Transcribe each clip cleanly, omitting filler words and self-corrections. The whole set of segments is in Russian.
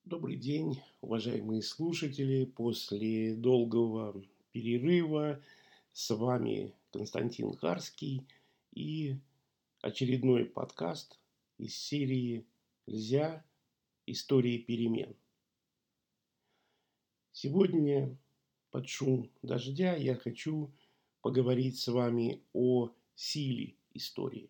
Добрый день, уважаемые слушатели. После долгого перерыва с вами Константин Харский и очередной подкаст из серии «Нельзя. Истории перемен». Сегодня под шум дождя я хочу поговорить с вами о силе истории.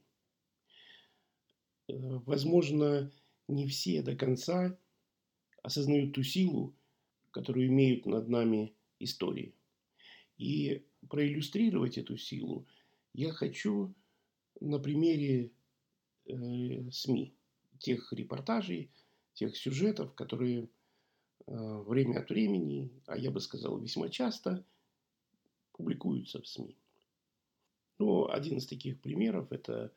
Возможно, не все до конца осознают ту силу, которую имеют над нами истории. И проиллюстрировать эту силу я хочу на примере СМИ, тех репортажей, тех сюжетов, которые время от времени, а я бы сказал весьма часто, публикуются в СМИ. Ну, один из таких примеров – это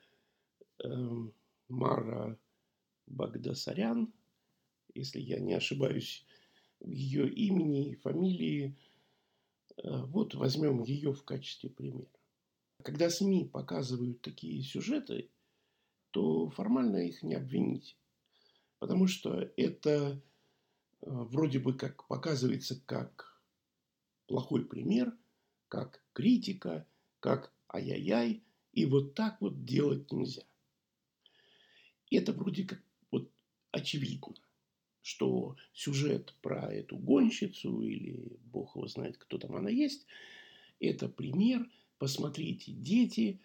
Мара Багдасарян, если я не ошибаюсь в ее имени и фамилии. Вот возьмем ее в качестве примера. Когда СМИ показывают такие сюжеты, то формально их не обвинить. Потому что это вроде бы как показывается как плохой пример, как критика, как ай-яй-яй, и вот так вот делать нельзя. Это вроде как вот очевидно, что сюжет про эту гонщицу или бог его знает, кто там она есть, это пример, посмотрите, дети,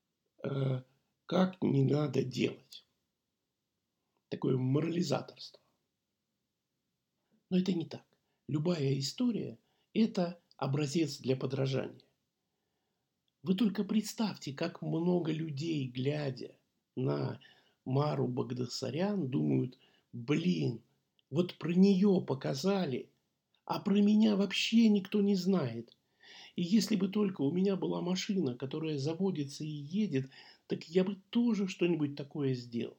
как не надо делать. Такое морализаторство. Но это не так. Любая история – это образец для подражания. Вы только представьте, как много людей, глядя на Мару Багдасарян, думают: блин, вот про нее показали, а про меня вообще никто не знает. И если бы только у меня была машина, которая заводится и едет, так я бы тоже что-нибудь такое сделал.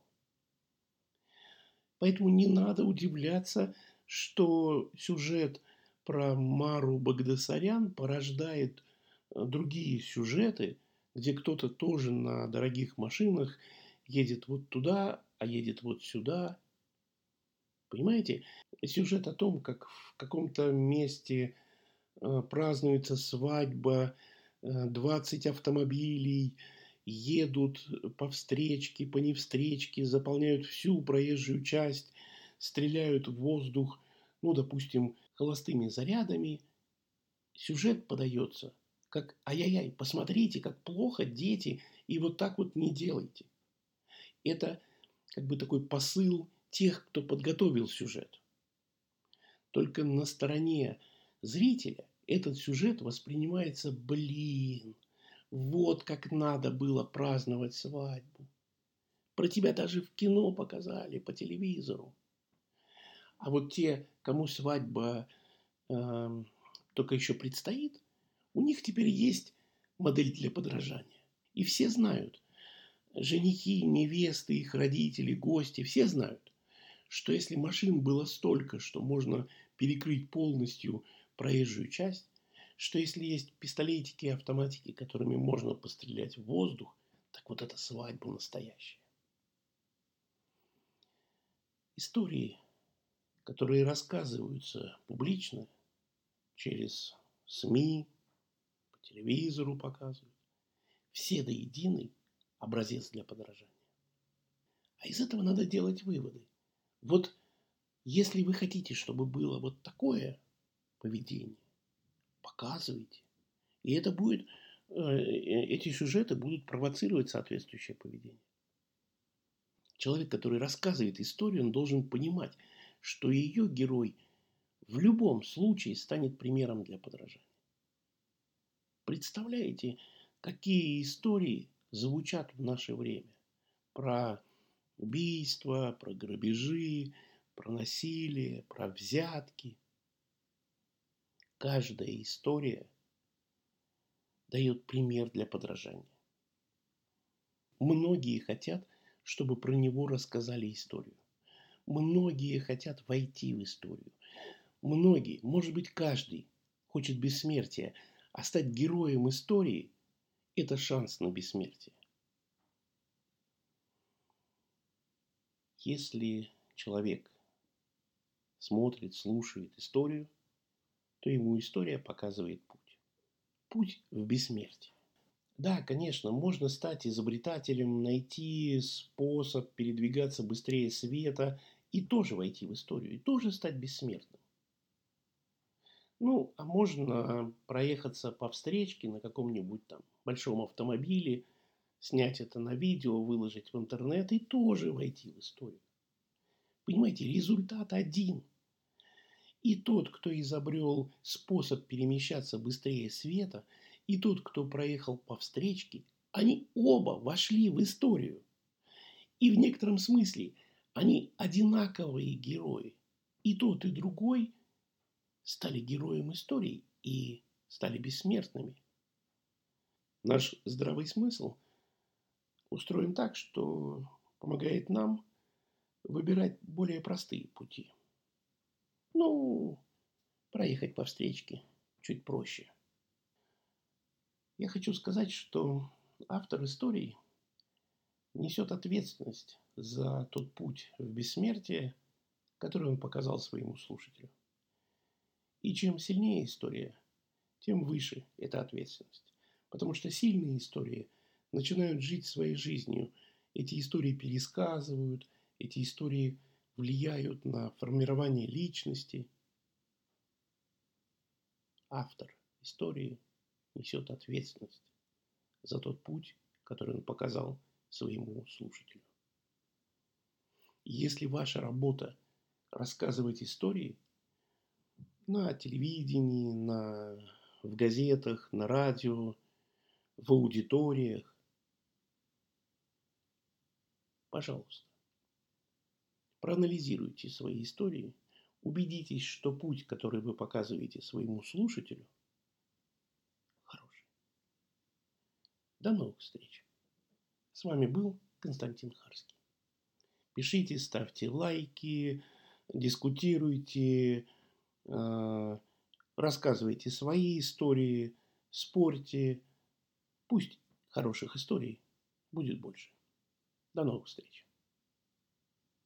Поэтому не надо удивляться, что сюжет про Мару Багдасарян порождает другие сюжеты, где кто-то тоже на дорогих машинах едет вот туда, а едет вот сюда. Понимаете? Сюжет о том, как в каком-то месте празднуется свадьба, 20 автомобилей едут по встречке, по невстречке, заполняют всю проезжую часть, стреляют в воздух, ну, допустим, холостыми зарядами. Сюжет подается как: ай-яй-яй, посмотрите, как плохо, дети, и вот так вот не делайте. Это как бы такой посыл тех, кто подготовил сюжет. Только на стороне зрителя этот сюжет воспринимается: блин, вот как надо было праздновать свадьбу. Про тебя даже в кино показали, по телевизору. А вот те, кому свадьба только еще предстоит, у них теперь есть модель для подражания. И все знают, женихи, невесты, их родители, гости, все знают, что если машин было столько, что можно перекрыть полностью проезжую часть, что если есть пистолетики и автоматики, которыми можно пострелять в воздух, так вот это свадьба настоящая. Истории, которые рассказываются публично, через СМИ, по телевизору показывают, все до единой образец для подражания. А из этого надо делать выводы. Вот если вы хотите, чтобы было вот такое поведение, показывайте. И это будет, эти сюжеты будут провоцировать соответствующее поведение. Человек, который рассказывает историю, он должен понимать, что ее герой в любом случае станет примером для подражания. Представляете, какие истории звучат в наше время? Про убийства, про грабежи, про насилие, про взятки. Каждая история дает пример для подражания. Многие хотят, чтобы про него рассказали историю. Многие хотят войти в историю. Многие, может быть, каждый хочет бессмертия, а стать героем истории – это шанс на бессмертие. Если человек смотрит, слушает историю, то ему история показывает путь. Путь в бессмертие. Да, конечно, можно стать изобретателем, найти способ передвигаться быстрее света и тоже войти в историю, и тоже стать бессмертным. Ну, а можно проехаться по встречке на каком-нибудь там большом автомобиле, снять это на видео, выложить в интернет и тоже войти в историю. Понимаете, результат один. И тот, кто изобрел способ перемещаться быстрее света, и тот, кто проехал по встречке, они оба вошли в историю. И в некотором смысле они одинаковые герои. И тот, и другой стали героем истории и стали бессмертными. Наш здравый смысл устроен так, что помогает нам выбирать более простые пути. Ну, проехать по встречке чуть проще. Я хочу сказать, что автор истории несет ответственность за тот путь в бессмертие, который он показал своему слушателю. И чем сильнее история, тем выше эта ответственность. Потому что сильные истории начинают жить своей жизнью. Эти истории пересказывают, эти истории влияют на формирование личности. Автор истории несет ответственность за тот путь, который он показал своему слушателю. Если ваша работа рассказывать истории на телевидении, в газетах, на радио, в аудиториях, пожалуйста, проанализируйте свои истории, убедитесь, что путь, который вы показываете своему слушателю, хороший. До новых встреч. С вами был Константин Харский. Пишите, ставьте лайки, дискутируйте, рассказывайте свои истории, спорьте. Пусть хороших историй будет больше. До новых встреч.